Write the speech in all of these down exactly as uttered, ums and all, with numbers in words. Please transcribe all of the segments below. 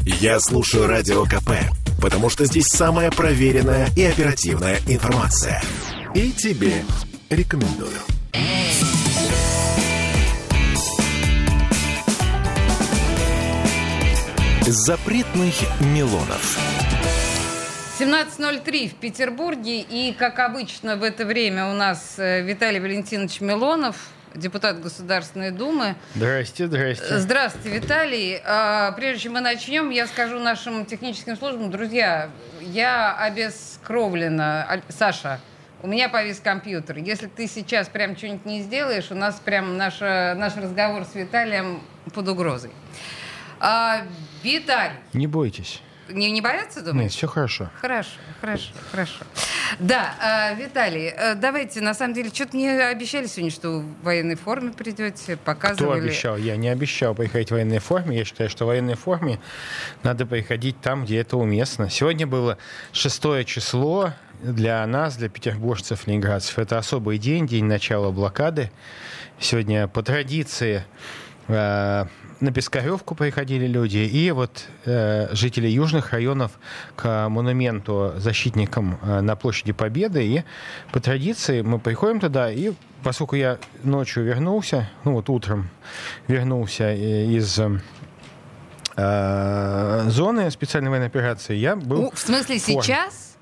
Я слушаю Радио КП, потому что здесь самая проверенная и оперативная информация. И тебе рекомендую. Запретных Милонов. семнадцать ноль три в Петербурге. И, как обычно, в это время у нас Виталий Валентинович Милонов, депутат Государственной Думы. Здрасте, здрасте. Здравствуйте, Виталий. Прежде чем мы начнем, я скажу нашим техническим службам, друзья, я обескровлена. Саша, у меня повис компьютер. Если ты сейчас прям что-нибудь не сделаешь, у нас прям наш, наш разговор с Виталием под угрозой. А, Виталий. Не бойтесь. Не, не боятся, думаешь? Нет, все хорошо. Хорошо, хорошо, хорошо. Да, э, Виталий, э, давайте, на самом деле, что-то мне обещали сегодня, что в военной форме придете, показывали. Кто обещал? Я не обещал приходить в военной форме. Я считаю, что в военной форме надо приходить там, где это уместно. Сегодня было шестое число. Для нас, для петербуржцев, ленинградцев, это особый день, день начала блокады. Сегодня по традиции э, на Пискаревку приходили люди, и вот э, жители южных районов к монументу защитникам э, на площади Победы, и по традиции мы приходим туда, и поскольку я ночью вернулся, ну вот утром вернулся из э, зоны специальной военной операции, я был... Ну, в смысле, в форме. Сейчас?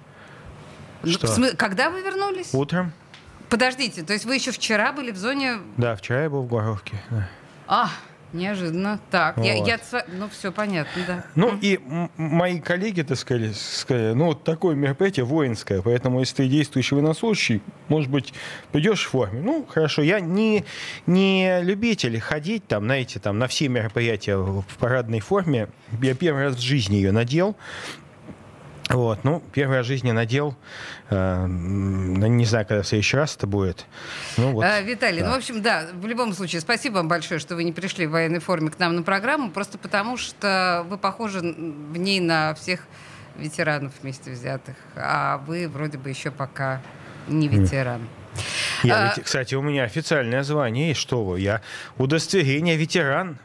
Что? В смысле, когда вы вернулись? Утром. Подождите, то есть вы еще вчера были в зоне... Да, вчера я был в Горовке. Да. А, неожиданно. Так, Вот. я, я... Ну, все понятно, да. Ну, и м- мои коллеги, так сказать, сказали, ну, вот такое мероприятие воинское, поэтому, если ты действующий военнослужащий, может быть, придешь в форме. Ну, хорошо, я не, не любитель ходить там, знаете, там, на все мероприятия в парадной форме. Я первый раз в жизни ее надел. Вот, ну, первый раз в жизни надел, э, не знаю, когда в следующий раз это будет. Ну, вот, а, Виталий, да. ну, в общем, да, в любом случае, спасибо вам большое, что вы не пришли в военной форме к нам на программу, просто потому что вы похожи в ней на всех ветеранов вместе взятых, а вы вроде бы еще пока не ветеран. Я, а, ведь, кстати, у меня официальное звание есть, что вы, я удостоверение ветеран.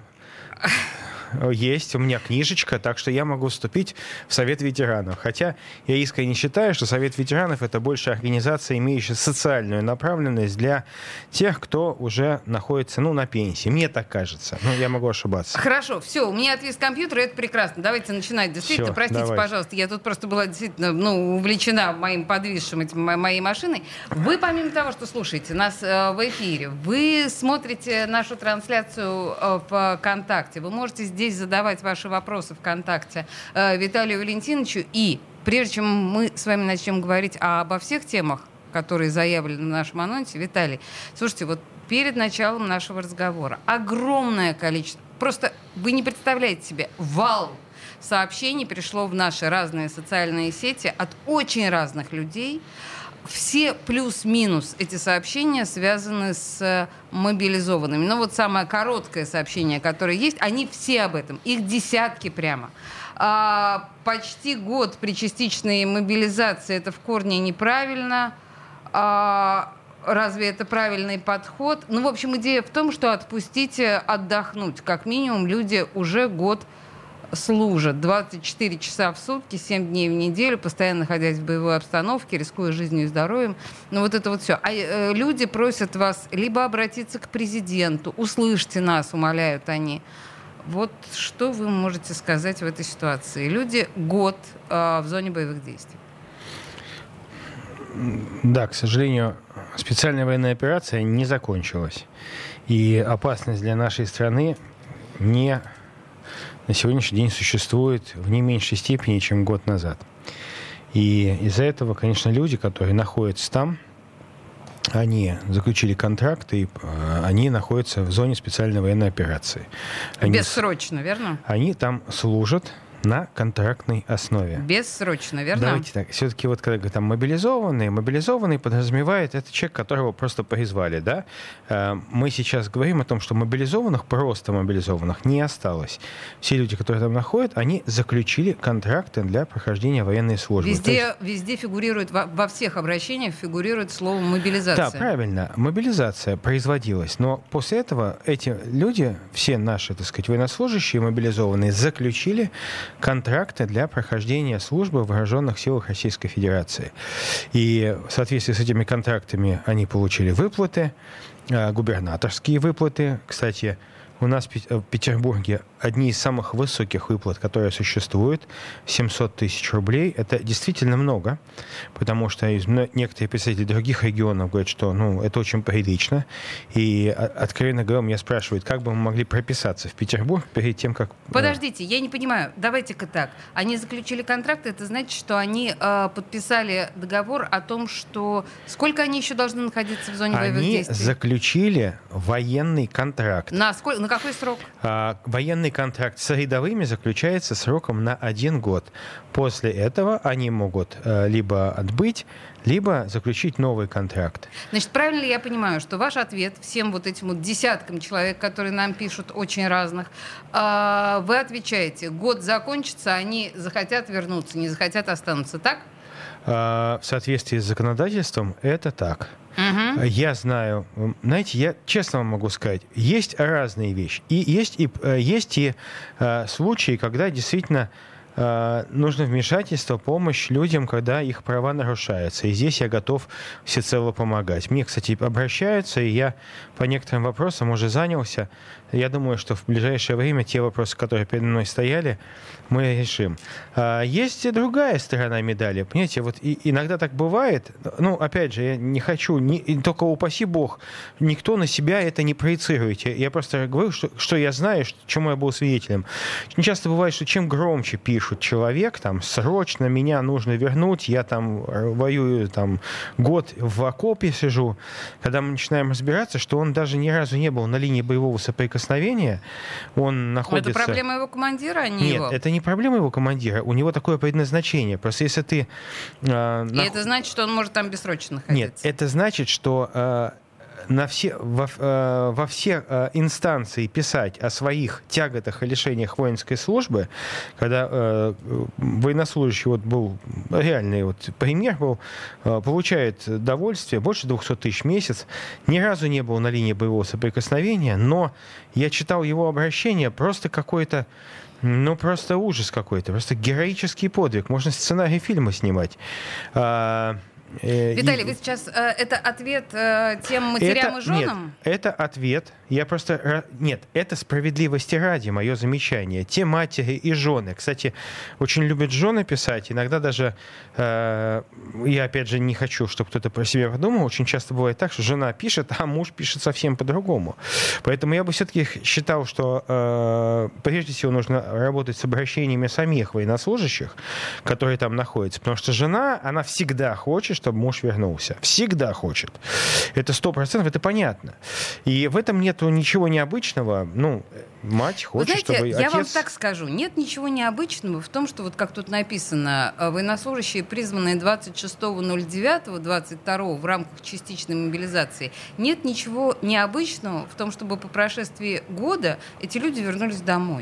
Есть, у меня книжечка, так что я могу вступить в Совет ветеранов. Хотя я искренне считаю, что Совет ветеранов — это больше организация, имеющая социальную направленность для тех, кто уже находится, ну, на пенсии. Мне так кажется. Ну, я могу ошибаться. Хорошо, все, у меня отвис компьютер, и это прекрасно. Давайте начинать. Действительно, Всё, простите, давайте. пожалуйста, я тут просто была действительно, ну, увлечена моим подвисшим этим, мо- моей машиной. Вы, помимо того, что слушаете нас э, в эфире, вы смотрите нашу трансляцию э, в ВКонтакте. Вы можете здесь задавать ваши вопросы ВКонтакте э, Виталию Валентиновичу. И прежде чем мы с вами начнем говорить обо всех темах, которые заявлены в нашем анонсе, Виталий, слушайте, вот перед началом нашего разговора огромное количество, просто вы не представляете себе, вал сообщений пришло в наши разные социальные сети от очень разных людей. Все плюс-минус эти сообщения связаны с мобилизованными. Но вот самое короткое сообщение, которое есть, они все об этом. Их десятки прямо. А, почти год при частичной мобилизации — это в корне неправильно. А, разве это правильный подход? Ну, в общем, идея в том, что отпустите отдохнуть. Как минимум, люди уже год служат двадцать четыре часа в сутки, семь дней в неделю, постоянно находясь в боевой обстановке, рискуя жизнью и здоровьем. Ну вот это вот все. А э, люди просят вас либо обратиться к президенту, услышьте нас, умоляют они. Вот что вы можете сказать в этой ситуации? Люди год э, в зоне боевых действий. Да, к сожалению, специальная военная операция не закончилась. И опасность для нашей страны не... на сегодняшний день существует в не меньшей степени, чем год назад. И из-за этого, конечно, люди, которые находятся там, они заключили контракт, и они находятся в зоне специальной военной операции. Они, Бессрочно, верно? Они там служат, на контрактной основе. Бессрочно, верно? Давайте так. Все-таки вот когда говорят, там мобилизованный, мобилизованный подразумевает, это человек, которого просто призвали, да? Мы сейчас говорим о том, что мобилизованных, просто мобилизованных, не осталось. Все люди, которые там находят, они заключили контракты для прохождения военной службы. Везде, есть... везде фигурирует, во, во всех обращениях фигурирует слово мобилизация. Да, правильно. Мобилизация производилась. Но после этого эти люди, все наши, так сказать, военнослужащие мобилизованные, заключили контракты для прохождения службы в вооруженных силах Российской Федерации. И в соответствии с этими контрактами они получили выплаты, губернаторские выплаты. Кстати, у нас в Петербурге одни из самых высоких выплат, которые существуют, семьсот тысяч рублей. Это действительно много, потому что некоторые представители других регионов говорят, что ну, это очень прилично. И, откровенно говоря, меня спрашивают, как бы мы могли прописаться в Петербург перед тем, как... Подождите, я не понимаю. Давайте-ка так. Они заключили контракт, это значит, что они э, подписали договор о том, что... Сколько они еще должны находиться в зоне боевых действий? Они заключили военный контракт. На сколько? На какой срок? А, военный контракт с рядовыми заключается сроком на один год. После этого они могут а, либо отбыть, либо заключить новый контракт. Значит, правильно ли я понимаю, что ваш ответ всем вот этим вот десяткам человек, которые нам пишут очень разных, а, вы отвечаете, год закончится, они захотят вернуться, не захотят останутся, так? А, в соответствии с законодательством это так. Угу. Я знаю, знаете, я честно вам могу сказать, есть разные вещи. И есть и, есть и э, случаи, когда действительно э, нужно вмешательство, помощь людям, когда их права нарушаются. И здесь я готов всецело помогать. Мне, кстати, обращаются, и я по некоторым вопросам уже занялся. Я думаю, что в ближайшее время те вопросы, которые передо мной стояли, мы решим. А есть и другая сторона медали. Понимаете, вот и, иногда так бывает. Ну, опять же, я не хочу, не, только упаси Бог, никто на себя это не проецирует. Я, я просто говорю, что, что я знаю, что, чему я был свидетелем. Очень часто бывает, что чем громче пишут человек, там, срочно меня нужно вернуть, я там воюю там, год в окопе сижу, когда мы начинаем разбираться, что он даже ни разу не был на линии боевого соприкосновения, он находится... Это проблема его командира, а не Нет, его? Нет, это не проблема его командира, у него такое предназначение. Просто если ты... Э, И нах... это значит, что он может там бессрочно находиться? Нет, это значит, что... Э, на все, во, э, во все э, инстанции писать о своих тяготах и лишениях воинской службы, когда э, военнослужащий, вот был реальный вот пример был, э, получает довольствие больше двухсот тысяч в месяц, ни разу не был на линии боевого соприкосновения, но я читал его обращение, просто какой-то, ну, просто ужас какой-то, просто героический подвиг, можно сценарий фильма снимать. Виталий, и... вы сейчас э, это ответ э, тем матерям это, и женам? Нет, это ответ. Я просто... Нет, это справедливости ради, мое замечание. Те матери и жены. Кстати, очень любят жены писать. Иногда даже... Э, я, опять же, не хочу, чтобы кто-то про себя подумал. Очень часто бывает так, что жена пишет, а муж пишет совсем по-другому. Поэтому я бы все-таки считал, что э, прежде всего нужно работать с обращениями самих военнослужащих, которые там находятся. Потому что жена, она всегда хочет, чтобы муж вернулся. Всегда хочет. Это сто процентов, это понятно. И в этом нету ничего необычного. Ну, мать хочет, знаете, чтобы я отец... Я вам так скажу. Нет ничего необычного в том, что, вот как тут написано, военнослужащие, призванные двадцать шестого ноль девятого двадцать второго в рамках частичной мобилизации, нет ничего необычного в том, чтобы по прошествии года эти люди вернулись домой.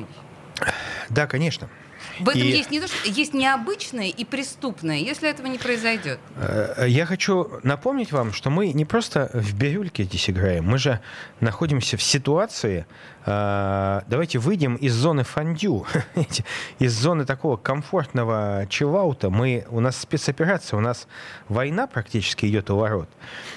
Да, конечно. В этом и... есть не то, что есть необычное и преступное, если этого не произойдет. Я хочу напомнить вам, что мы не просто в бирюльке здесь играем, мы же находимся в ситуации, давайте выйдем из зоны фондю, из зоны такого комфортного чиллаута. Мы, у нас спецоперация, у нас война практически идет у ворот.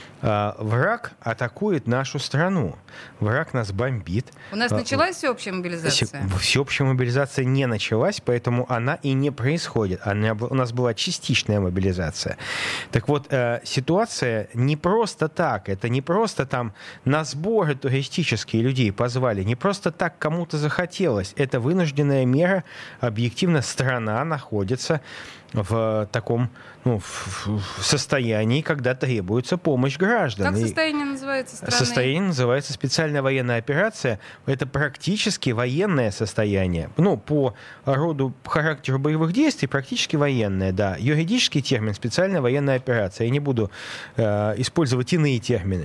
Враг атакует нашу страну. Враг нас бомбит. У нас началась всеобщая мобилизация? Всеобщая мобилизация не началась, поэтому она и не происходит. Она, у нас была частичная мобилизация. Так вот, ситуация не просто так. Это не просто там на сборы туристические людей позвали. Не просто так кому-то захотелось. Это вынужденная мера. Объективно, страна находится в таком ну, в состоянии, когда требуется помощь гражданам. граждан. Как состояние называется страны? Состояние называется специальная военная операция. Это практически военное состояние. Ну, по роду, по характеру боевых действий практически военное, да. Юридический термин — специальная военная операция. Я не буду э, использовать иные термины.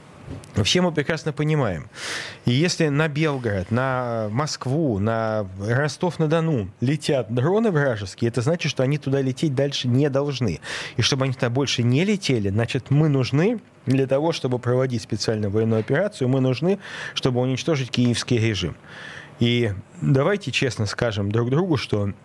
Все мы прекрасно понимаем. И если на Белгород, на Москву, на Ростов-на-Дону летят дроны вражеские, это значит, что они туда лететь дальше не должны. И чтобы они туда больше не летели, значит, мы нужны для того, чтобы проводить специальную военную операцию, мы нужны, чтобы уничтожить киевский режим. И давайте честно скажем друг другу, что,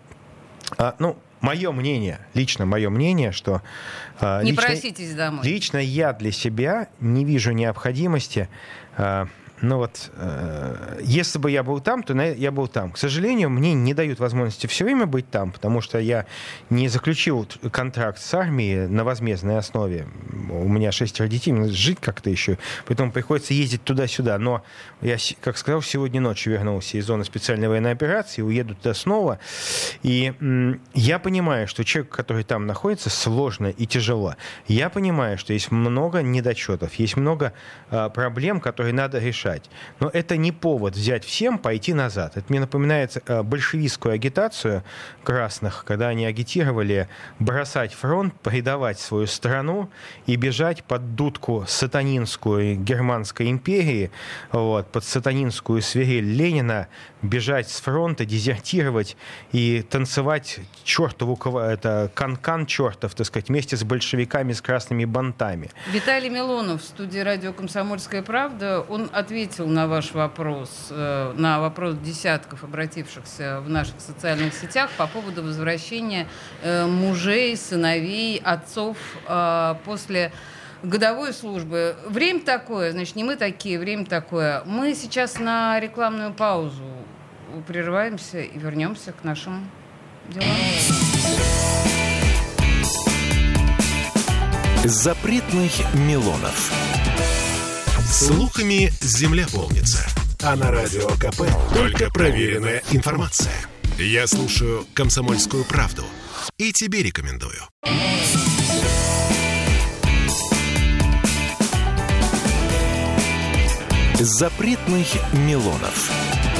а, ну, мое мнение, лично мое мнение, что э, не лично, проситесь домой. Лично я для себя не вижу необходимости. Э, ну вот, э, если бы я был там, то я был там. К сожалению, мне не дают возможности все время быть там, потому что я не заключил контракт с армией на возмездной основе. У меня шестеро детей, мне надо жить как-то еще, поэтому приходится ездить туда-сюда. Но я, как сказал, сегодня ночью вернулся из зоны специальной военной операции, уеду туда снова. И м, я понимаю, что человек, который там находится, сложно и тяжело. Я понимаю, что есть много недочетов, есть много э, проблем, которые надо решать. Но это не повод взять всем, пойти назад. Это мне напоминает э, большевистскую агитацию красных, когда они агитировали бросать фронт, предавать свою страну и бежать под дудку сатанинскую Германской империи, вот, под сатанинскую свирель Ленина, бежать с фронта, дезертировать и танцевать чертову, это канкан чертов, так сказать, вместе с большевиками с красными бантами. Виталий Милонов в студии радио «Комсомольская правда». Он ответил на ваш вопрос, на вопрос десятков обратившихся в наших социальных сетях по поводу возвращения мужей, сыновей, отцов после годовой службы. Время такое, значит, не мы такие, время такое. Мы сейчас на рекламную паузу прерываемся и вернемся к нашим делам. Запретных Милонов. Слухами земля полнится. А на Радио КП только проверенная информация. Я слушаю «Комсомольскую правду» и тебе рекомендую. Запретных Милонов.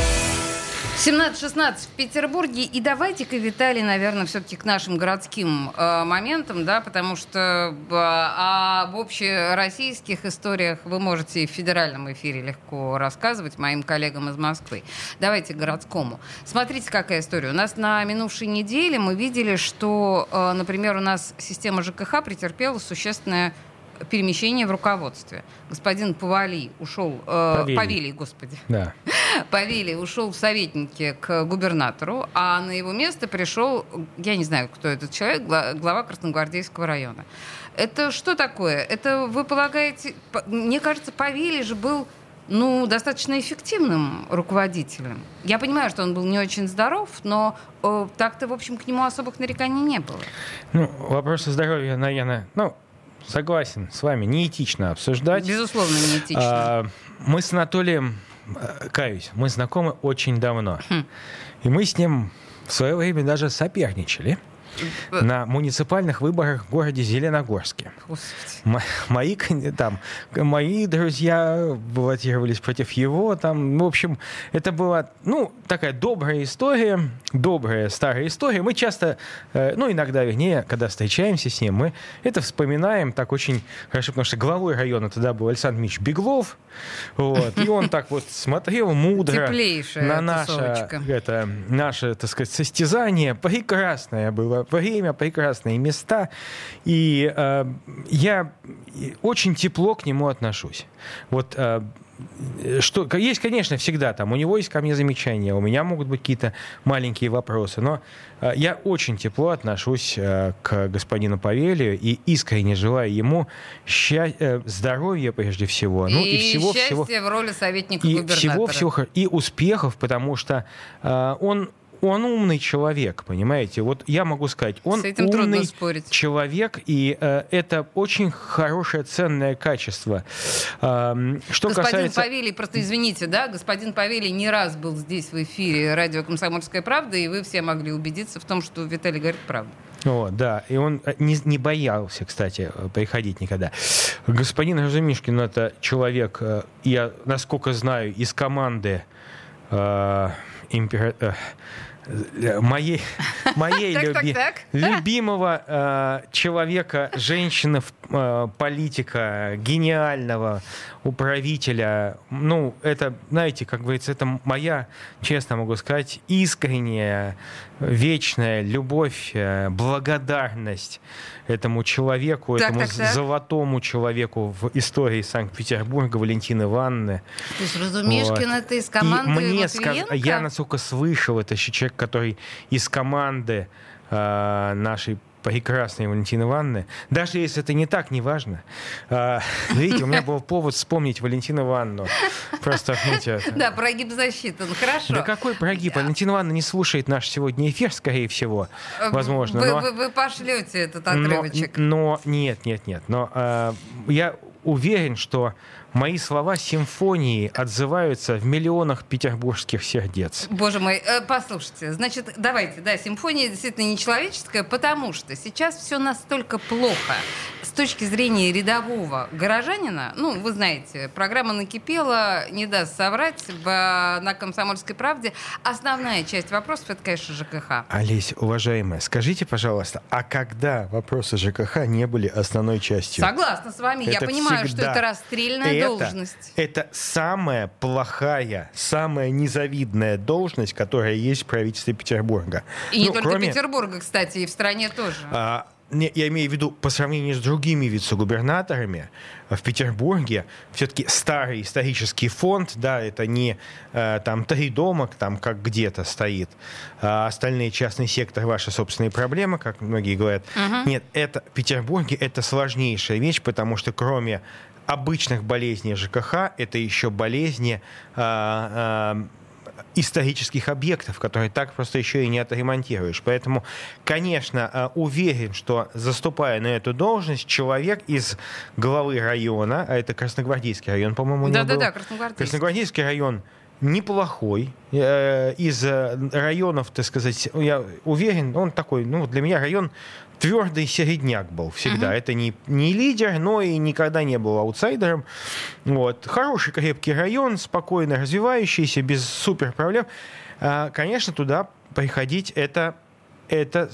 семнадцать шестнадцать в Петербурге. И давайте-ка, Виталий, наверное, все-таки к нашим городским э, моментам, да, потому что э, об общероссийских историях вы можете и в федеральном эфире легко рассказывать моим коллегам из Москвы. Давайте к городскому. Смотрите, какая история. У нас на минувшей неделе мы видели, что, э, например, у нас система ЖКХ претерпела существенное перемещение в руководстве. Господин Павелий ушел... Э, Павелий. Павелий, господи. Да. Павелий ушел в советники к губернатору, а на его место пришел, я не знаю, кто этот человек, глава Красногвардейского района. Это что такое? Это вы полагаете... Мне кажется, Павелий же был, ну, достаточно эффективным руководителем. Я понимаю, что он был не очень здоров, но э, так-то, в общем, к нему особых нареканий не было. Ну, вопросы здоровья, наверное... Ну, согласен с вами, неэтично обсуждать. Безусловно, неэтично. А, мы с Анатолием, каюсь, мы знакомы очень давно. Хм. И мы с ним в свое время даже соперничали на муниципальных выборах в городе Зеленогорске. М- мои, там, мои друзья баллотировались против его. Там, в общем, это была, ну, такая добрая история, добрая старая история. Мы часто, э, ну, иногда, вернее, когда встречаемся с ним, мы это вспоминаем так очень хорошо, потому что главой района тогда был Александр Мич Беглов. Вот, и он так вот смотрел мудро Теплейшая на наше, это, наше, так сказать, состязание. Прекрасное было время, прекрасные места. И э, я очень тепло к нему отношусь. Вот э, что, есть, конечно, всегда там, у него есть ко мне замечания, у меня могут быть какие-то маленькие вопросы, но э, я очень тепло отношусь э, к господину Павелию и искренне желаю ему ща- э, здоровья прежде всего. И, ну, и всего, счастья всего, в роли советника и губернатора. Всего, всего, и успехов, потому что э, он Он умный человек, понимаете? Вот я могу сказать, он умный человек, и э, это очень хорошее, ценное качество. Э, что господин касается... Павелий, просто извините, да, господин Павелий не раз был здесь в эфире радио «Комсомольская правда», и вы все могли убедиться в том, что Виталий говорит правду. Вот, да, и он не, не боялся, кстати, приходить никогда. Господин Разумишкин — это человек, я, насколько знаю, из команды э, импера... э, моей, моей так, люби... так, так. любимого э, человека, женщины, э, политика, гениального управителя. Ну, это, знаете, как говорится, это моя, честно могу сказать, искренняя, вечная любовь, э, благодарность этому человеку, так, этому так, так. золотому человеку в истории Санкт-Петербурга, Валентины Ивановны. То есть Разумишкин Вот. это из команды И мне Матвиенко? сказ... Я, насколько слышал, это еще человек, который из команды э, нашей прекрасной Валентины Ивановны. Даже если это не так, неважно. А, видите, у меня был повод вспомнить Валентину Ивановну. Просто, видите... Да, прогиб защиты. Ну, хорошо. Да какой прогиб? Валентина Ивановна не слушает наш сегодня эфир, скорее всего, возможно. Вы, но... вы, вы пошлете этот отрывочек. Но, но нет, нет, нет. Но а, я уверен, что мои слова симфонии отзываются в миллионах петербургских сердец. Боже мой, э, послушайте, значит, давайте, да, симфония действительно нечеловеческая, потому что сейчас все настолько плохо с точки зрения рядового горожанина. Ну, вы знаете, программа «Накипела», не даст соврать, в, на «Комсомольской правде». Основная часть вопросов — это, конечно, ЖКХ. Олесь, уважаемая, скажите, пожалуйста, а когда вопросы ЖКХ не были основной частью? Согласна с вами. Это Я понимаю, всегда. что это расстрельная это, должность. Это самая плохая, самая незавидная должность, которая есть в правительстве Петербурга. И ну, не только кроме, Петербурга, кстати, и в стране тоже. А, не, я имею в виду, по сравнению с другими вице-губернаторами, в Петербурге все-таки старый исторический фонд, да, это не э, там три дома, там как где-то стоит, а остальные частный сектор — ваши собственные проблемы, как многие говорят. Угу. Нет, это в Петербурге это сложнейшая вещь, потому что кроме обычных болезней ЖКХ, это еще болезни а, а, исторических объектов, которые так просто еще и не отремонтируешь. Поэтому, конечно, уверен, что, заступая на эту должность, человек из главы района, а это Красногвардейский район, по-моему, не был. Да-да-да, Красногвардейский. Красногвардейский район неплохой. Из районов, так сказать, я уверен, он такой, ну, для меня район твердый середняк был всегда. Uh-huh. Это не, не лидер, но и никогда не был аутсайдером. Вот. Хороший, крепкий район, спокойно развивающийся, без супер проблем. Конечно, туда приходить это, это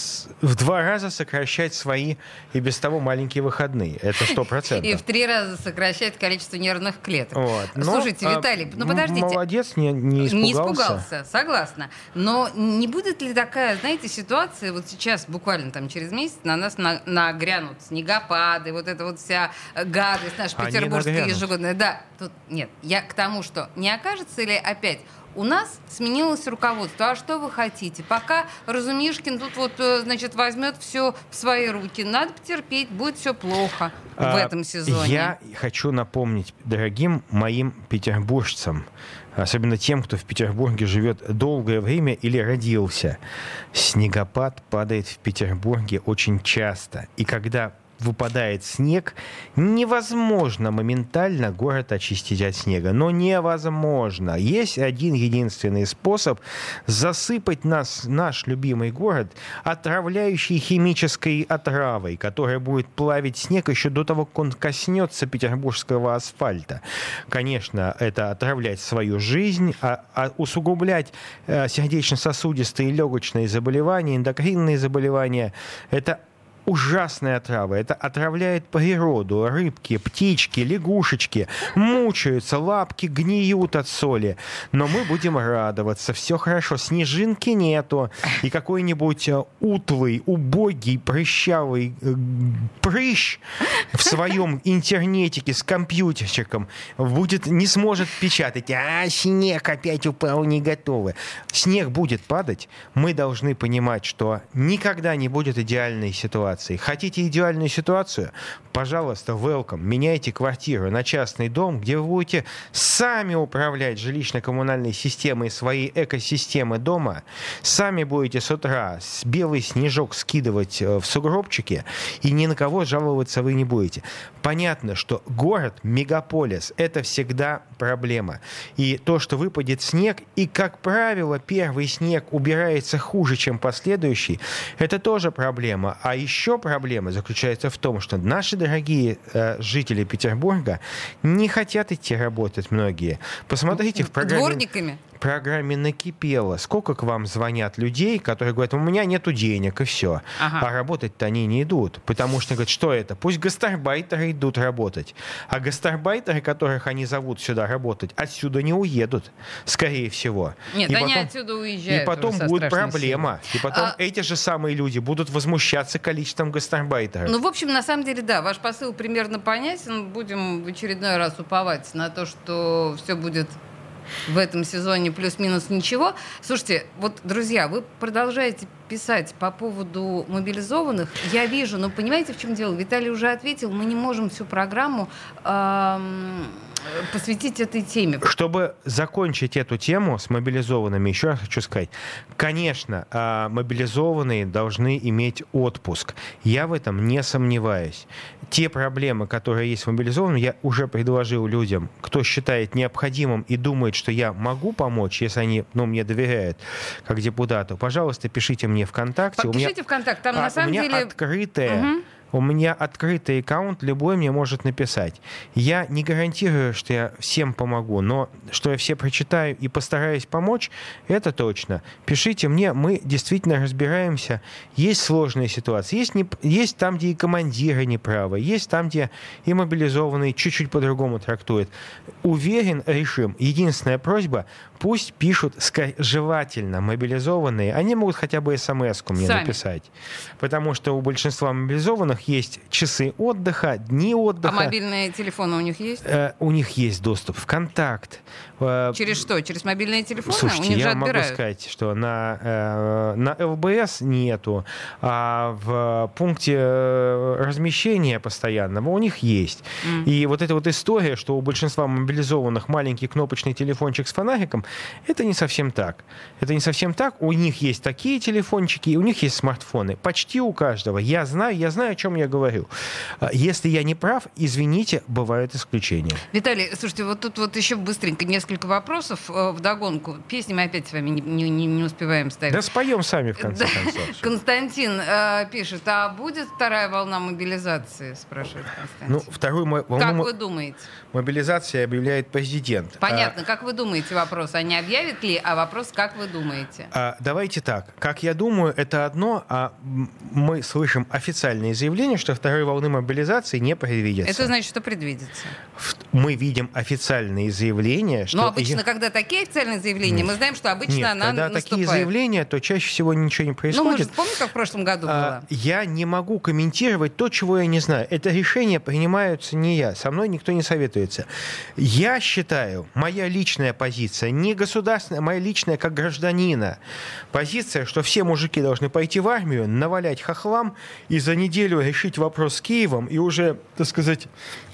в два раза сокращать свои и без того маленькие выходные. Это сто процентов. И в три раза сокращать количество нервных клеток. Вот. Но, слушайте, Виталий, ну подождите. Молодец, не, не испугался. Не испугался, согласна. Но не будет ли такая, знаете, ситуация, вот сейчас, буквально там через месяц, на нас на, нагрянут снегопады, вот эта вот вся гадость наша петербургская ежегодная. Да, тут нет. Я к тому, что не окажется ли опять... У нас сменилось руководство. А что вы хотите? Пока Разумишкин тут вот, значит, возьмет все в свои руки. Надо потерпеть, будет все плохо а, в этом сезоне. Я хочу напомнить дорогим моим петербуржцам, особенно тем, кто в Петербурге живет долгое время или родился. Снегопад падает в Петербурге очень часто. И когда выпадает снег, невозможно моментально город очистить от снега. Но невозможно. Есть один единственный способ засыпать нас, наш любимый город отравляющей химической отравой, которая будет плавить снег еще до того, как он коснется петербургского асфальта. Конечно, это отравлять свою жизнь, а, а усугублять э, сердечно-сосудистые и легочные заболевания, эндокринные заболевания. Это ужасная отрава. Это отравляет природу. Рыбки, птички, лягушечки мучаются, лапки гниют от соли. Но мы будем радоваться. Все хорошо. Снежинки нету. И какой-нибудь утлый, убогий, прыщавый прыщ в своем интернетике с компьютерчиком будет, не сможет печатать. А, снег опять упал, не готовы. Снег будет падать. Мы должны понимать, что никогда не будет идеальной ситуации. ситуации. Хотите идеальную ситуацию? Пожалуйста, welcome. Меняйте квартиру на частный дом, где вы будете сами управлять жилищно-коммунальной системой своей экосистемы дома, сами будете с утра белый снежок скидывать в сугробчики, и ни на кого жаловаться вы не будете. Понятно, что город, мегаполис — это всегда проблема. И то, что выпадет снег, и, как правило, первый снег убирается хуже, чем последующий, это тоже проблема. А еще проблема заключается в том, что наши дорогие э, жители Петербурга не хотят идти работать многие. Посмотрите в программе... Дворниками? В программе «Накипело». Сколько к вам звонят людей, которые говорят, у меня нету денег, и все. Ага. А работать-то они не идут. Потому что, говорят, что это? Пусть гастарбайтеры идут работать. А гастарбайтеры, которых они зовут сюда работать, отсюда не уедут, скорее всего. Нет, и они потом, отсюда уезжают. И потом будет проблема. Силой. И потом а... эти же самые люди будут возмущаться количеством гастарбайтеров. Ну, в общем, на самом деле, да, ваш посыл примерно понятен. Будем в очередной раз уповать на то, что все будет в этом сезоне плюс-минус ничего. Слушайте, вот, друзья, вы продолжаете писать по поводу мобилизованных. Я вижу, но понимаете, в чем дело? Виталий уже ответил, мы не можем всю программу эм, посвятить этой теме. Чтобы закончить эту тему с мобилизованными, еще раз хочу сказать, конечно, мобилизованные должны иметь отпуск. Я в этом не сомневаюсь. Те проблемы, которые есть с мобилизованными, я уже предложил людям, кто считает необходимым и думает, что я могу помочь, если они, ну, мне доверяют как депутату, пожалуйста, пишите мне ВКонтакте. Подпишите у меня, ВКонтакте, там а, на самом у меня деле... открытая... Угу. У меня открытый аккаунт, любой мне может написать. Я не гарантирую, что я всем помогу, но что я все прочитаю и постараюсь помочь, это точно. Пишите мне, мы действительно разбираемся. Есть сложные ситуации, есть, не, есть там, где и командиры неправы, есть там, где и мобилизованные чуть-чуть по-другому трактуют. Уверен, решим. Единственная просьба, пусть пишут желательно мобилизованные, они могут хотя бы смс-ку мне Сами. написать. Потому что у большинства мобилизованных есть часы отдыха, дни отдыха. А мобильные телефоны у них есть? Э, у них есть доступ в контакт. Э, Через что? Через мобильные телефоны? Слушайте, у них я же отбирают. могу сказать, что на, э, на ЛБС нету, а в пункте размещения постоянного у них есть. Mm. И вот эта вот история, что у большинства мобилизованных маленький кнопочный телефончик с фонариком, это не совсем так. Это не совсем так. У них есть такие телефончики, и у них есть смартфоны. Почти у каждого. Я знаю, я знаю, о чем я говорю. Если я не прав, извините, бывают исключения. Виталий, слушайте, вот тут вот еще быстренько несколько вопросов э, вдогонку. Песни мы опять с вами не, не, не успеваем ставить. Да споем сами, в конце концов. Константин э, пишет, а будет вторая волна мобилизации, спрашивает Константин. Ну, вторую волну... Как вы думаете? Мобилизация объявляет президент. Понятно. А... Как вы думаете, вопрос, а не объявит ли, а вопрос, как вы думаете? А, давайте так. Как я думаю, это одно, а мы слышим официальные заявления, что второй волны мобилизации не предвидится. Это значит, что предвидится? Мы видим официальные заявления, что... Но обычно, когда такие официальные заявления, Нет. мы знаем, что обычно Нет, она когда наступает. такие заявления, то чаще всего ничего не происходит. Ну, может, помните, как в прошлом году было? А, я не могу комментировать то, чего я не знаю. Это решения принимаются не я. Со мной никто не советуется. Я считаю, моя личная позиция, не государственная, моя личная как гражданина, позиция, что все мужики должны пойти в армию, навалять хохлам и за неделю решить вопрос с Киевом и уже, так сказать,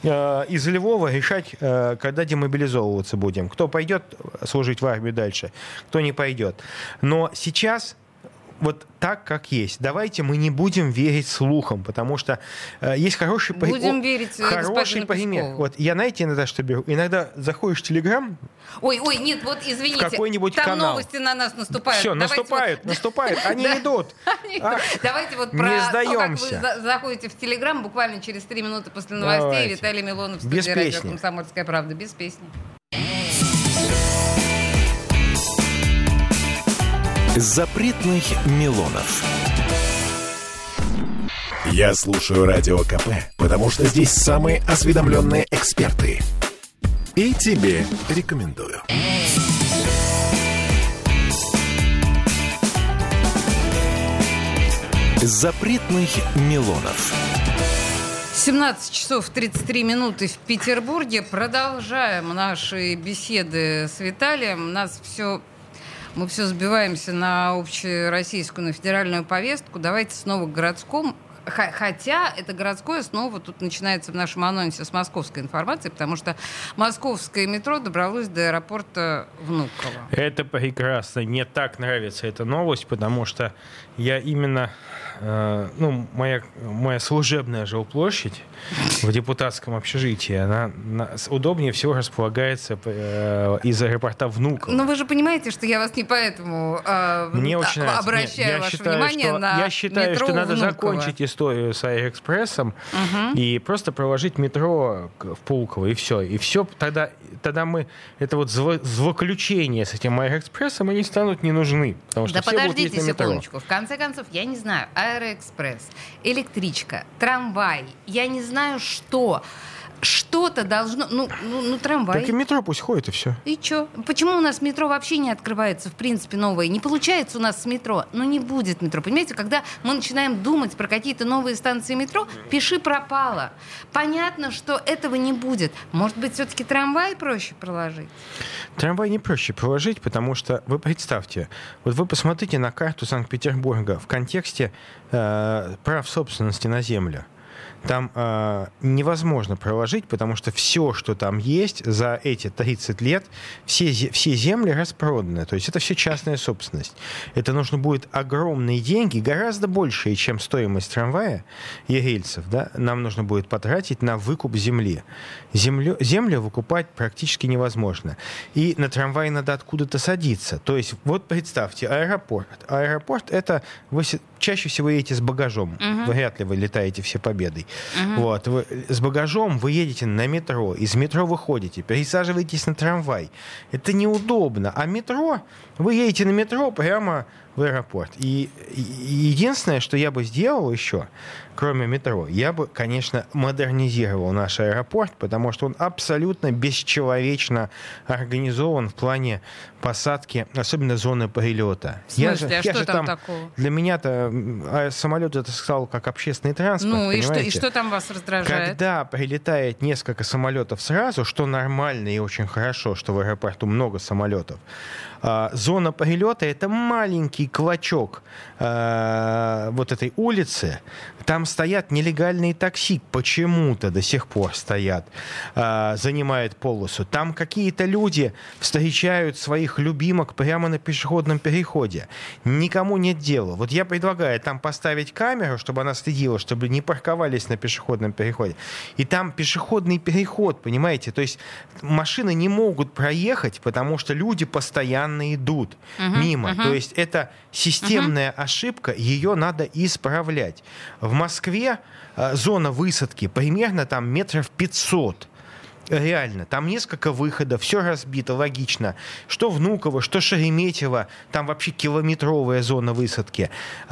из Львова решать, когда демобилизовываться будем. Кто пойдет служить в армию дальше, кто не пойдет. Но сейчас вот так, как есть. Давайте мы не будем верить слухам, потому что э, есть хороший, будем при... верить хороший пример. Вот я, знаете, иногда что беру? Иногда заходишь в Телеграм. Ой, ой, нет, вот извините, какой-нибудь там канал. Новости на нас наступают. Все, наступают, наступают, они идут. Давайте вот про не то, как вы заходите в Телеграм буквально через три минуты после новостей. Виталий Милонов в студии радио «Комсомольская правда». Без песни. Запретных Милонов. Я слушаю Радио КП, потому что здесь самые осведомленные эксперты. И тебе рекомендую. Запретных Милонов. семнадцать часов тридцать три минуты в Петербурге. Продолжаем наши беседы с Виталием. Нас все... Мы все сбиваемся на общероссийскую, на федеральную повестку. Давайте снова к городскому. Хотя это городское снова тут начинается в нашем анонсе с московской информации, потому что московское метро добралось до аэропорта Внуково. Это прекрасно. Мне так нравится эта новость, потому что я именно... Э, ну, моя, моя служебная жилплощадь в депутатском общежитии, она на, удобнее всего располагается э, из аэропорта Внуково. Но вы же понимаете, что я вас не поэтому э, Мне очень нравится. обращаю Нет, я ваше считаю, внимание что, на Я считаю, метро что надо Внуково. закончить историю с Аэроэкспрессом угу. и просто проложить метро в Пулково, и все. И все, тогда, тогда мы, это вот злоключения с этим Аэроэкспрессом, они станут не нужны. Потому что да все подождите будут ездить на секундочку. В конце концов, я не знаю, Аэроэкспресс, электричка, трамвай, я не знаю что. Что-то должно... Ну, ну, ну, трамвай. Так и метро пусть ходит, и все. И что? Почему у нас метро вообще не открывается, в принципе, новое? Не получается у нас с метро. Ну, не будет метро. Понимаете, когда мы начинаем думать про какие-то новые станции метро, пиши пропало. Понятно, что этого не будет. Может быть, все-таки трамвай проще проложить? Трамвай не проще проложить, потому что, вы представьте, вот вы посмотрите на карту Санкт-Петербурга в контексте э, прав собственности на землю. Там э, невозможно проложить, потому что все, что там есть за эти тридцать лет, все, все земли распроданы. То есть это все частная собственность. Это нужно будет огромные деньги, гораздо большие, чем стоимость трамвая и рельсов. Да? Нам нужно будет потратить на выкуп земли. Землю, землю выкупать практически невозможно. И на трамвай надо откуда-то садиться. То есть вот представьте, аэропорт. Аэропорт — это вы чаще всего едете с багажом. Uh-huh. Вряд ли вы летаете все победой. Uh-huh. Вот. Вы, с багажом вы едете на метро, из метро выходите, пересаживаетесь на трамвай. Это неудобно. А метро, вы едете на метро прямо в аэропорт. И, и единственное, что я бы сделал еще, кроме метро, я бы, конечно, модернизировал наш аэропорт, потому что он абсолютно бесчеловечно организован в плане посадки, особенно зоны прилета. В смысле? Я же, а я что же там, там такого? Для меня-то самолет это стал как общественный транспорт. Ну и что, понимаете? и что там вас раздражает? Когда прилетает несколько самолетов сразу, что нормально и очень хорошо, что в аэропорту много самолетов, зона прилета — это маленький клочок э, вот этой улицы. Там стоят нелегальные такси, почему-то до сих пор стоят, э, занимают полосу. Там какие-то люди встречают своих любимок прямо на пешеходном переходе. Никому нет дела. Вот я предлагаю там поставить камеру, чтобы она следила, чтобы не парковались на пешеходном переходе. И там пешеходный переход, понимаете? То есть машины не могут проехать, потому что люди постоянно идут uh-huh, мимо. Uh-huh. То есть это системная uh-huh. ошибка, ее надо исправлять. В Москве э, зона высадки примерно там метров пятьсот. Реально, там несколько выходов, все разбито, логично. Что Внуково, что Шереметьево, там вообще километровая зона высадки.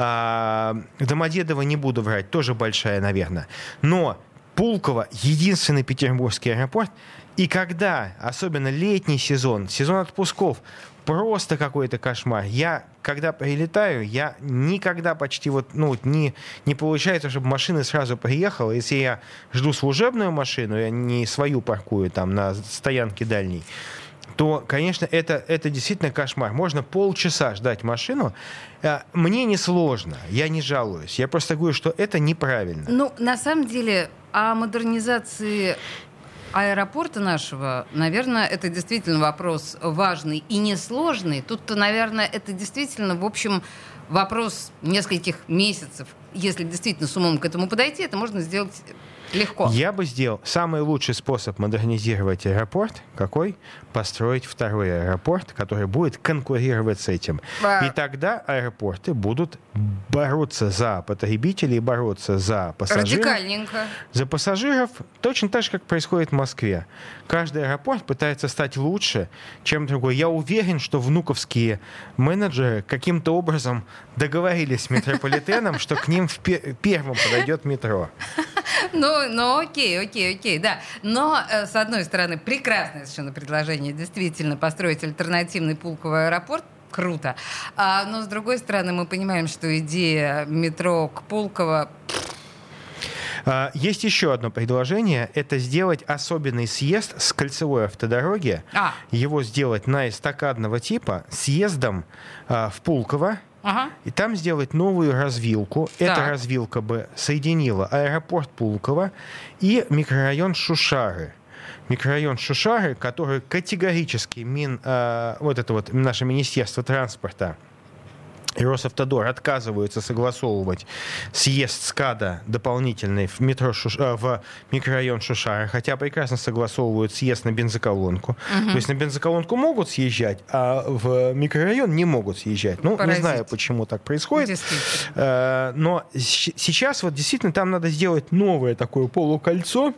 А, Домодедово не буду врать, тоже большая, наверное. Но Пулково — единственный петербургский аэропорт. И когда, особенно летний сезон, сезон отпусков, просто какой-то кошмар. Я, когда прилетаю, я никогда почти вот, ну, не, не получается, чтобы машина сразу приехала. Если я жду служебную машину, я не свою паркую там на стоянке дальней, то, конечно, это, это действительно кошмар. Можно полчаса ждать машину. Мне не сложно, я не жалуюсь. Я просто говорю, что это неправильно. Ну, на самом деле, о модернизации аэропорта нашего, наверное, это действительно вопрос важный и несложный. Тут-то, наверное, это действительно, в общем, вопрос нескольких месяцев. Если действительно с умом к этому подойти, это можно сделать легко. Я бы сделал самый лучший способ модернизировать аэропорт. Какой? Построить второй аэропорт, который будет конкурировать с этим. А... И тогда аэропорты будут бороться за потребителей, бороться за пассажиров. Радикальненько. За пассажиров точно так же, как происходит в Москве. Каждый аэропорт пытается стать лучше, чем другой. Я уверен, что внуковские менеджеры каким-то образом договорились с метрополитеном, что к ним первым подойдет метро. Ну, ну, окей, окей, окей, да. Но, э, с одной стороны, прекрасное совершенно предложение, действительно, построить альтернативный Пулково аэропорт. Круто. А, но, с другой стороны, мы понимаем, что идея метро к Пулково... Есть еще одно предложение. Это сделать особенный съезд с кольцевой автодороги. А. Его сделать на эстакадного типа съездом а, в Пулково, Ага. И там сделать новую развилку. Так. Эта развилка бы соединила аэропорт Пулково и микрорайон Шушары. Микрорайон Шушары, который категорически мин, э, вот это вот наше Министерство транспорта и Росавтодор отказываются согласовывать съезд СКАДа дополнительный в, метро Шуш... в микрорайон Шушара, хотя прекрасно согласовывают съезд на бензоколонку. Угу. То есть на бензоколонку могут съезжать, а в микрорайон не могут съезжать. Ну, Паразит. Не знаю, почему так происходит. Но сейчас вот действительно там надо сделать новое такое полукольцо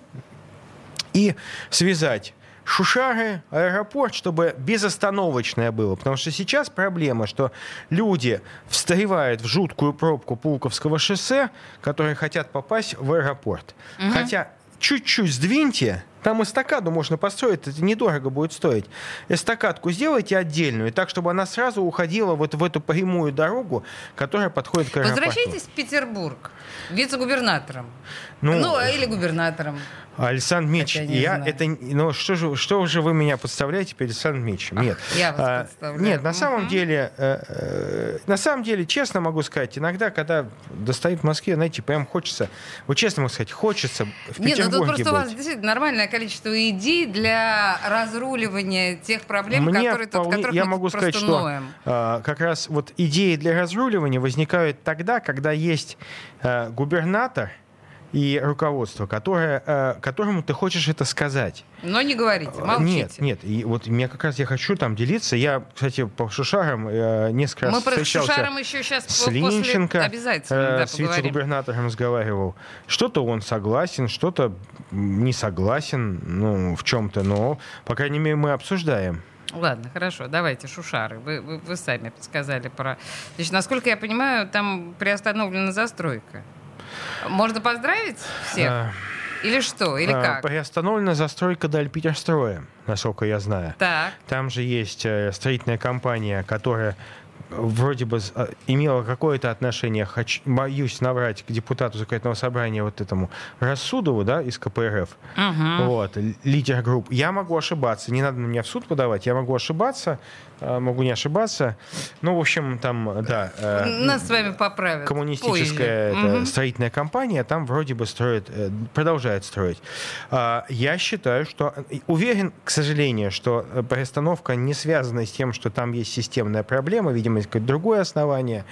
и связать Шушары, аэропорт, чтобы безостановочное было. Потому что сейчас проблема, что люди встревают в жуткую пробку Пулковского шоссе, которые хотят попасть в аэропорт. Угу. Хотя чуть-чуть сдвиньте, там эстакаду можно построить, это недорого будет стоить. Эстакадку сделайте отдельную, так, чтобы она сразу уходила вот в эту прямую дорогу, которая подходит к аэропорту. Возвращайтесь в Петербург вице-губернатором. Ну, ну или губернатором. Александр Мич, я знаю. это, ну что же, что же вы меня подставляете перед Александром Мичем? Нет, я вас а, подставляю. Нет, на угу. самом деле, э, э, на самом деле, честно могу сказать, иногда, когда достают в Москве, знаете, прям хочется, вот честно могу сказать, хочется в Петербурге. Нет, ну тут просто быть. У вас действительно нормальное количество идей для разруливания тех проблем, Мне которые, вполне, от которых я мы могу просто сказать, что ноем. э, как раз вот идеи для разруливания возникают тогда, когда есть э, губернатор и руководство, которое, э, которому ты хочешь это сказать. Но не говорите, молчите. Нет, нет. И вот мне как раз я хочу там делиться. Я, кстати, по Шушарам э, несколько раз Мы встречался про Шушарам еще сейчас с Линченко, после... обязательно э, да, с вице-губернатором разговаривал. Что-то он согласен, что-то не согласен, ну, в чем-то, но, по крайней мере, мы обсуждаем. Ладно, хорошо, давайте, Шушары. Вы, вы, вы сами подсказали про... Значит, насколько я понимаю, там приостановлена застройка. Можно поздравить всех? А, Или что? Или а, как? Приостановлена застройка Дальпетерстроя, насколько я знаю. Так. Там же есть строительная компания, которая вроде бы имела какое-то отношение, хочу, боюсь наврать, к депутату законодательного собрания вот этому Рассудову, да, из ка пэ эр эф, угу. вот, лидер групп. Я могу ошибаться, не надо на меня в суд подавать, я могу ошибаться, могу не ошибаться. Ну, в общем, там, да. Нас с вами поправят. Коммунистическая это, угу. строительная компания там вроде бы строит, продолжает строить. Я считаю, что, уверен, к сожалению, что приостановка не связана с тем, что там есть системная проблема, видимо, есть какое-то другое основание.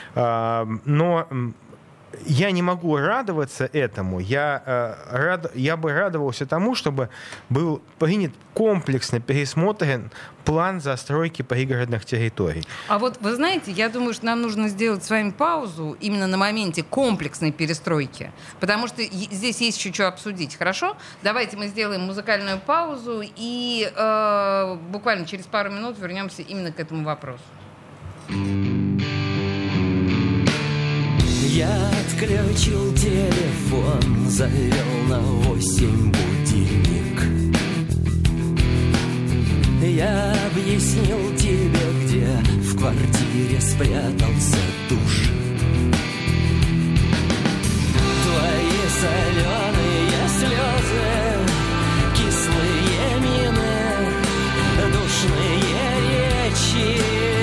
Но я не могу радоваться этому. Я, э, рад, я бы радовался тому, чтобы был принят комплексно пересмотрен план застройки пригородных территорий. А вот вы знаете, я думаю, что нам нужно сделать с вами паузу именно на моменте комплексной перестройки, потому что здесь есть еще что обсудить. Хорошо? Давайте мы сделаем музыкальную паузу и э, буквально через пару минут вернемся именно к этому вопросу. Я отключил телефон, завел на восемь будильник. Я объяснил тебе, где в квартире спрятался душ. Твои соленые слезы, кислые мины, душные речи.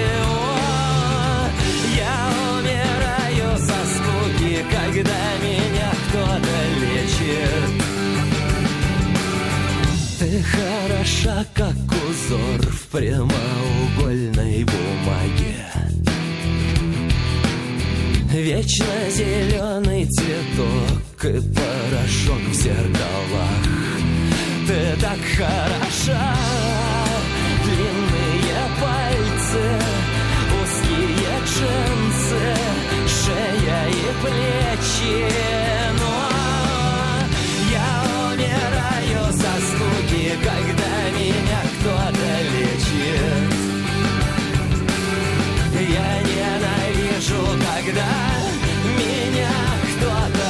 Когда меня кто-то лечит, ты хороша, как узор в прямоугольной бумаге. Вечно зеленый цветок и порошок в зеркалах. Ты так хороша, длинные пальцы, узкие джинсы, шея и плечи. Но я умираю со скуки, когда меня кто-то лечит. Я ненавижу, когда меня кто-то...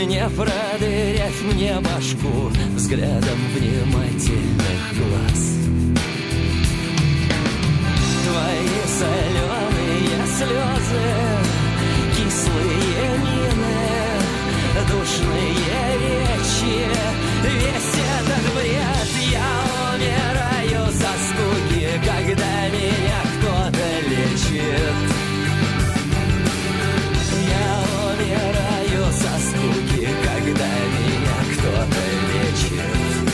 не продырять мне башку взглядом внимательных глаз. Твои соленые слезы, кислые мины, душные речи, весь этот бред. Я умираю со скуки, когда меня кто-то лечит. Я умираю со скуки, когда меня кто-то лечит.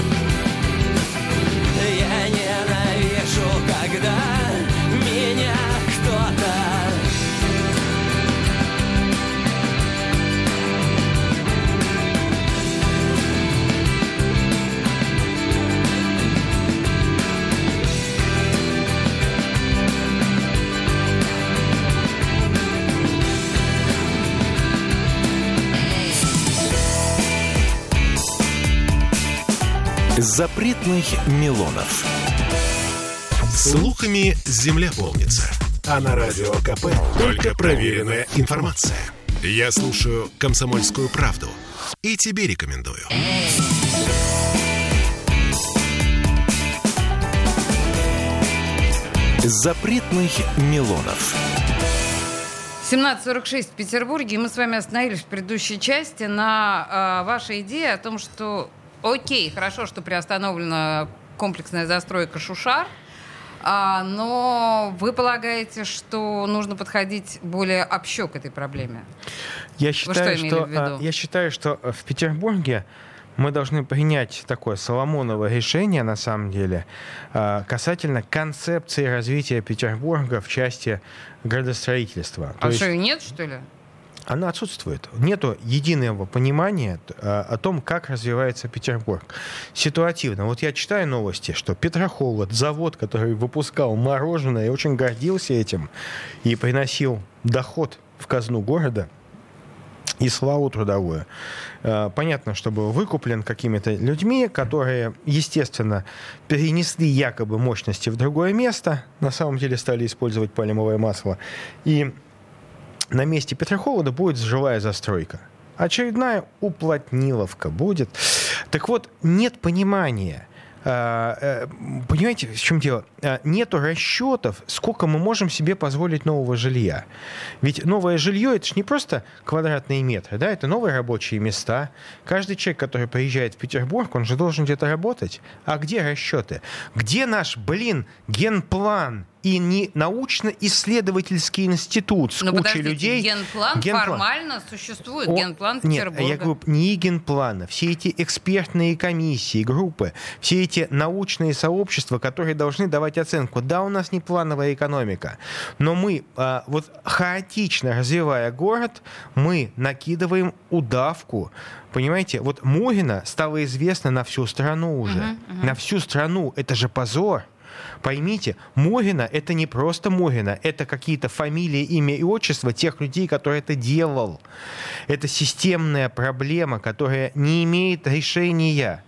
Я ненавижу, когда меня кто-то Запретных Милонов. Слухами земля полнится. А на Радио КП только проверенная информация. Я слушаю «Комсомольскую правду» и тебе рекомендую. Запретных Милонов. семнадцать сорок шесть в Петербурге, и мы с вами остановились в предыдущей части на э, вашей идее о том, что окей, хорошо, что приостановлена комплексная застройка Шушар, а, но вы полагаете, что нужно подходить более общо к этой проблеме? Я считаю, что, что, я считаю, что в Петербурге мы должны принять такое Соломоново решение, на самом деле, касательно концепции развития Петербурга в части градостроительства. А что, ее нет, что ли? Она отсутствует. Нету единого понимания а, о том, как развивается Петербург. Ситуативно. Вот я читаю новости, что Петрохолод, завод, который выпускал мороженое и очень гордился этим, и приносил доход в казну города и славу трудовую. А, понятно, что был выкуплен какими-то людьми, которые, естественно, перенесли якобы мощности в другое место, на самом деле стали использовать пальмовое масло, и на месте Петрохолода будет жилая застройка. Очередная уплотниловка будет. Так вот, нет понимания. Понимаете, в чем дело? Нету расчетов, сколько мы можем себе позволить нового жилья. Ведь новое жилье — это же не просто квадратные метры, да, это новые рабочие места. Каждый человек, который приезжает в Петербург, он же должен где-то работать. А где расчеты? Где наш, блин, генплан и не научно-исследовательский институт с Но кучей подождите, людей? Генплан, генплан формально существует, О, генплан нет, Петербурга. я говорю, не генплана, все эти экспертные комиссии, группы, все эти научные сообщества, которые должны давать оценку. Да, у нас не плановая экономика, но мы, а, вот хаотично развивая город, мы накидываем удавку. Понимаете, вот Мурина стала известна на всю страну уже. Uh-huh, uh-huh. На всю страну. Это же позор. Поймите, Мурина — это не просто Мурина, это какие-то фамилии, имя и отчество тех людей, которые это делал. Это системная проблема, которая не имеет решения.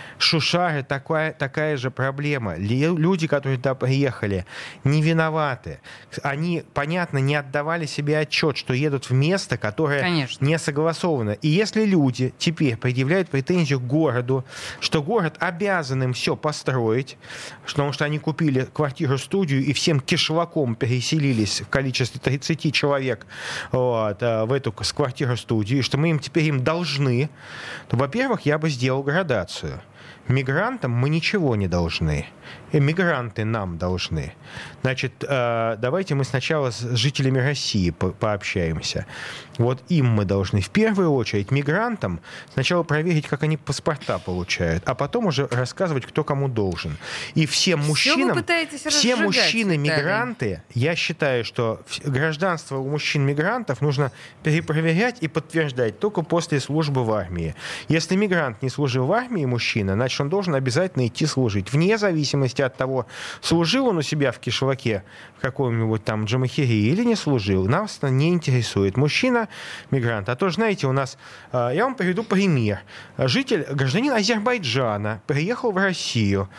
Шушары такая, такая же проблема. Люди, которые туда приехали, не виноваты. Они, понятно, не отдавали себе отчет, что едут в место, которое Конечно. не согласовано. И если люди теперь предъявляют претензию к городу, что город обязан им все построить, потому что они купили квартиру-студию и всем кишлаком переселились в количестве тридцать человек вот, в эту квартиру-студию, и что мы им теперь им должны, то, во-первых, я бы сделал градацию. Мигрантам мы ничего не должны. Мигранты нам должны. Значит, давайте мы сначала с жителями России по- пообщаемся. Вот им мы должны в первую очередь, мигрантам, сначала проверить, как они паспорта получают, а потом уже рассказывать, кто кому должен. И всем мужчинам, все мужчины-мигранты, я считаю, что гражданство у мужчин-мигрантов нужно перепроверять и подтверждать только после службы в армии. Если мигрант не служил в армии, мужчина, значит, он должен обязательно идти служить. Вне зависимости от того, служил он у себя в кишлаке, в каком-нибудь там Джамахире, или не служил. Нас это не интересует. Мужчина, мигрант. А то, знаете, у нас... Я вам приведу пример. Житель, гражданин Азербайджана, приехал в Россию.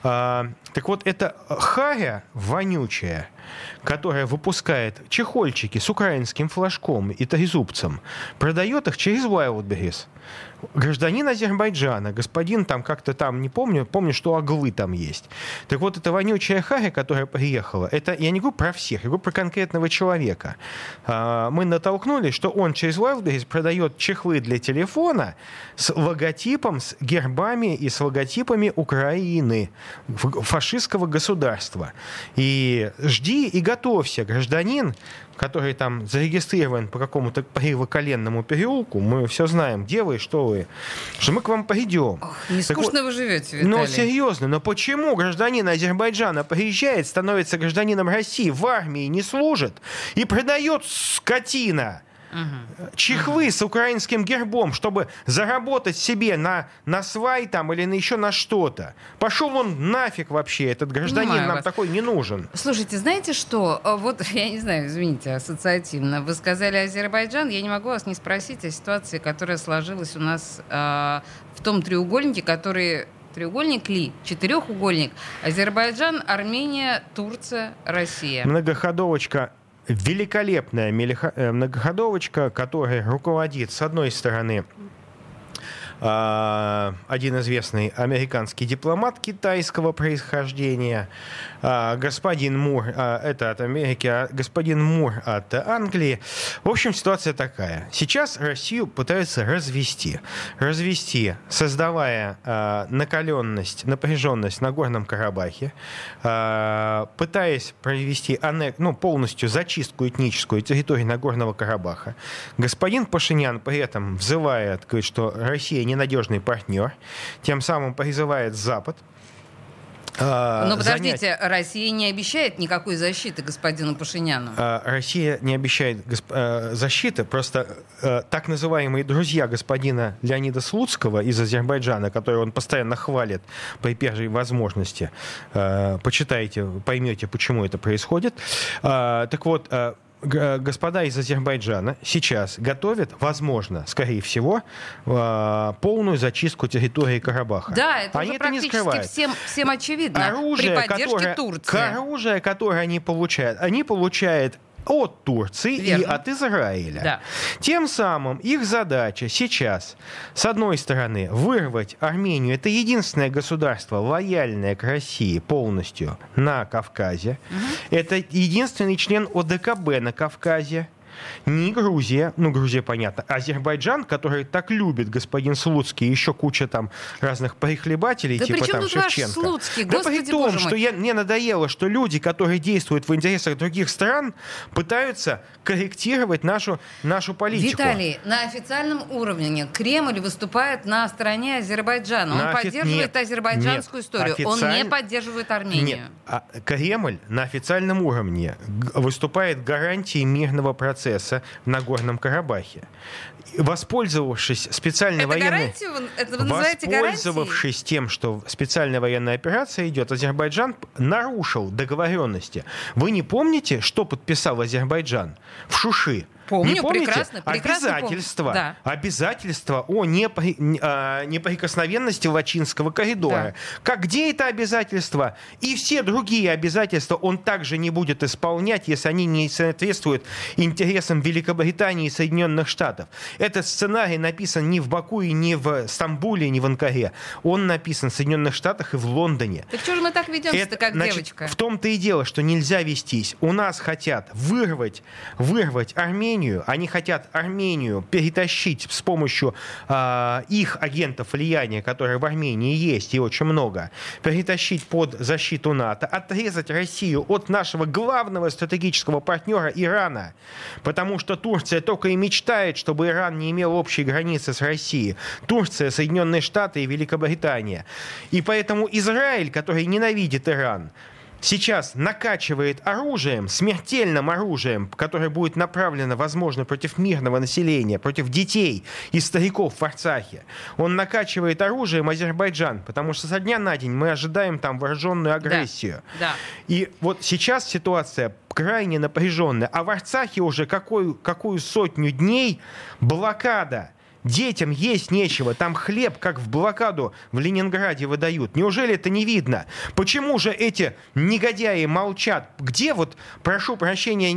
А, так вот, эта харя вонючая, которая выпускает чехольчики с украинским флажком и трезубцем, продает их через Wildberries. Гражданин Азербайджана, господин там как-то там, не помню, помню, что Аглы там есть. Так вот, эта вонючая харя, которая приехала, это, я не говорю про всех, я говорю про конкретного человека. А, мы натолкнулись, что он через Wildberries продает чехлы для телефона с логотипом, с гербами и с логотипами Украины, фашистского государства. И жди и готовься, гражданин, который там зарегистрирован по какому-то Кривоколенному переулку, мы все знаем, где вы, что вы, что мы к вам пойдем. Ох, не скучно вот, вы живете, Виталий. Ну, серьезно, но почему гражданин Азербайджана приезжает, становится гражданином России, в армии не служит и продает скотина Uh-huh. чехлы uh-huh. с украинским гербом, чтобы заработать себе на, на свай там или на еще на что-то? Пошел он нафиг вообще, этот гражданин Понимаю нам вас. Такой не нужен. Слушайте, знаете что? Вот, я не знаю, извините, ассоциативно. Вы сказали Азербайджан, я не могу вас не спросить о ситуации, которая сложилась у нас э, в том треугольнике, который... Треугольник ли? Четырехугольник. Азербайджан, Армения, Турция, Россия. Многоходовочка. Великолепная многоходовочка, которой руководит, с одной стороны, один известный американский дипломат китайского происхождения, господин Мур, это от Америки, а господин Мур от Англии. В общем, ситуация такая. Сейчас Россию пытаются развести. Развести, создавая накаленность, напряженность на Горном Карабахе, пытаясь провести ну, полностью зачистку этническую территории Нагорного Карабаха. Господин Пашинян при этом взывает, говорит, что Россия ненадежный партнер, тем самым призывает Запад. Э, Но подождите, занять... Россия не обещает никакой защиты господину Пашиняну. Э, Россия не обещает госп... э, защиты, просто э, так называемые друзья господина Леонида Слуцкого из Азербайджана, которые он постоянно хвалит при первой возможности, э, почитайте, поймете, почему это происходит. Э, так вот, э, господа из Азербайджана сейчас готовят, возможно, скорее всего, полную зачистку территории Карабаха. Да, это они уже это практически всем, всем очевидно. Оружие, при поддержке которое, Турции. Оружие, которое они получают, они получают от Турции Верно. И от Израиля. Да. Тем самым их задача сейчас, с одной стороны, вырвать Армению. Это единственное государство, лояльное к России полностью на Кавказе. Угу. Это единственный член О Дэ Ка Бэ на Кавказе. Не Грузия, ну Грузия понятно, Азербайджан, который так любит господин Слуцкий, еще куча там разных прихлебателей, да типа там Шевченко. Слуцкий? Да Господи, при том, боже мой. что я, мне надоело, что люди, которые действуют в интересах других стран, пытаются корректировать нашу, нашу политику. Виталий, на официальном уровне Кремль выступает на стороне Азербайджана. Он на поддерживает офи... азербайджанскую нет, историю. Официаль... Он не поддерживает Армению. Нет. А Кремль на официальном уровне выступает гарантией мирного процесса в Нагорном Карабахе. Воспользовавшись специальной это военной... Это вы называете воспользовавшись гарантией? тем, что специальная военная операция идет, Азербайджан нарушил договоренности. Вы не помните, что подписал Азербайджан в Шуши? Помню, не помните? прекрасно, прекрасно обязательства, помню. Да. обязательства о непри... неприкосновенности Лачинского коридора. Да. Как, где это обязательство? И все другие обязательства он также не будет исполнять, если они не соответствуют интересам Великобритании и Соединенных Штатов. Этот сценарий написан не в Баку и не в Стамбуле, не в Анкаре. Он написан в Соединенных Штатах и в Лондоне. Так что же мы так ведемся-то, как значит, девочка? В том-то и дело, что нельзя вестись. У нас хотят вырвать, вырвать Армению. Они хотят Армению перетащить с помощью э, их агентов влияния, которые в Армении есть и очень много, перетащить под защиту НАТО, отрезать Россию от нашего главного стратегического партнера Ирана, потому что Турция только и мечтает, чтобы Иран не имел общей границы с Россией. Турция, Соединенные Штаты и Великобритания. И поэтому Израиль, который ненавидит Иран, сейчас накачивает оружием, смертельным оружием, которое будет направлено, возможно, против мирного населения, против детей и стариков в Арцахе. Он накачивает оружием Азербайджан, потому что со дня на день мы ожидаем там вооруженную агрессию. Да, да. И вот сейчас ситуация крайне напряженная. А в Арцахе уже какую, какую сотню дней блокада детям есть нечего, там хлеб, как в блокаду в Ленинграде выдают. Неужели это не видно? Почему же эти негодяи молчат? Где вот, прошу прощения,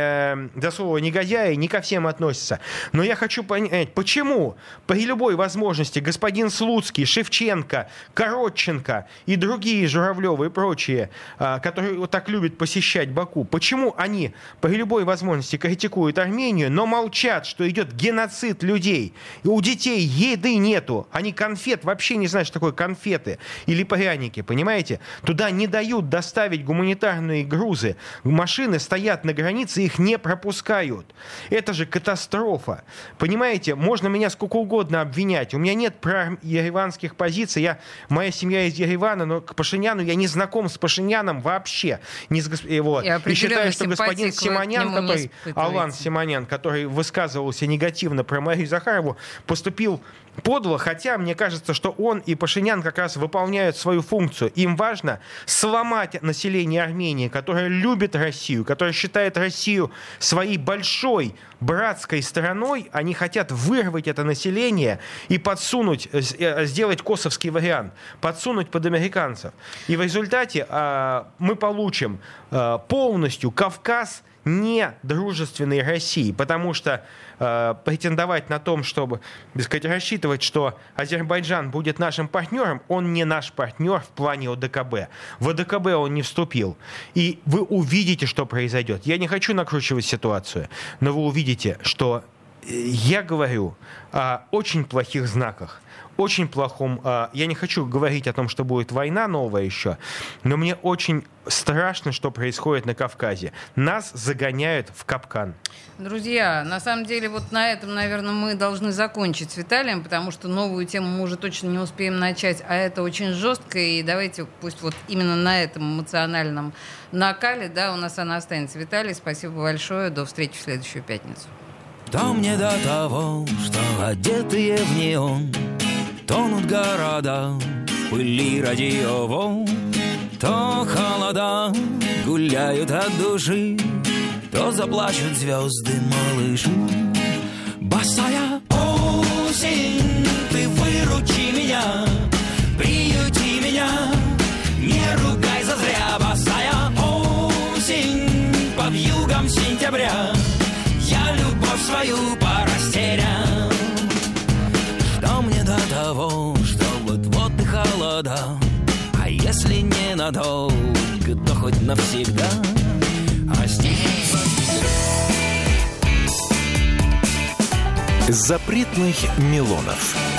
э, за слово негодяи, не ко всем относятся, но я хочу понять, почему при любой возможности господин Слуцкий, Шевченко, Коротченко и другие Журавлевы и прочие, э, которые вот так любят посещать Баку, почему они при любой возможности критикуют Армению, но молчат, что идет геноцид людей? И у детей еды нету, они конфет вообще не знают, что такое конфеты или пряники, понимаете? Туда не дают доставить гуманитарные грузы. Машины стоят на границе, их не пропускают. Это же катастрофа. Понимаете, можно меня сколько угодно обвинять. У меня нет проереванских позиций. Я, моя семья из Еревана, но к Пашиняну я не знаком с Пашиняном вообще. Не с, вот. И, и считаю, что господин Симонян, который, Алан Симонян, который высказывался негативно про Марию Захарову, поступил подло, хотя мне кажется, что он и Пашинян как раз выполняют свою функцию. Им важно сломать население Армении, которое любит Россию, которое считает Россию своей большой братской страной. Они хотят вырвать это население и подсунуть, сделать косовский вариант, подсунуть под американцев. И в результате э, мы получим э, полностью Кавказ не дружественной России, потому что э, претендовать на том, чтобы, так сказать, рассчитывать, что Азербайджан будет нашим партнером, он не наш партнер в плане ОДКБ. В ОДКБ он не вступил. И вы увидите, что произойдет. Я не хочу накручивать ситуацию, но вы увидите, что я говорю о очень плохих знаках. Очень плохом... Я не хочу говорить о том, что будет война новая еще, но мне очень страшно, что происходит на Кавказе. Нас загоняют в капкан. Друзья, на самом деле вот на этом, наверное, мы должны закончить с Виталием, потому что новую тему мы уже точно не успеем начать, а это очень жестко, и давайте пусть вот именно на этом эмоциональном накале, да, у нас она останется. Виталий, спасибо большое, до встречи в следующую пятницу. То мне до того, что одетые в неон тонут города в пыли радиоволн, то холода гуляют от души, то заплачут звезды малыши. Босая осень, ты выручи меня, приюти меня, не ругай зазря. Босая осень, под югом сентября, я любовь свою порастерял. Что мне до того, что вот-вот и холода, а если не надолго, то хоть навсегда. А здесь... Запретных Милонов.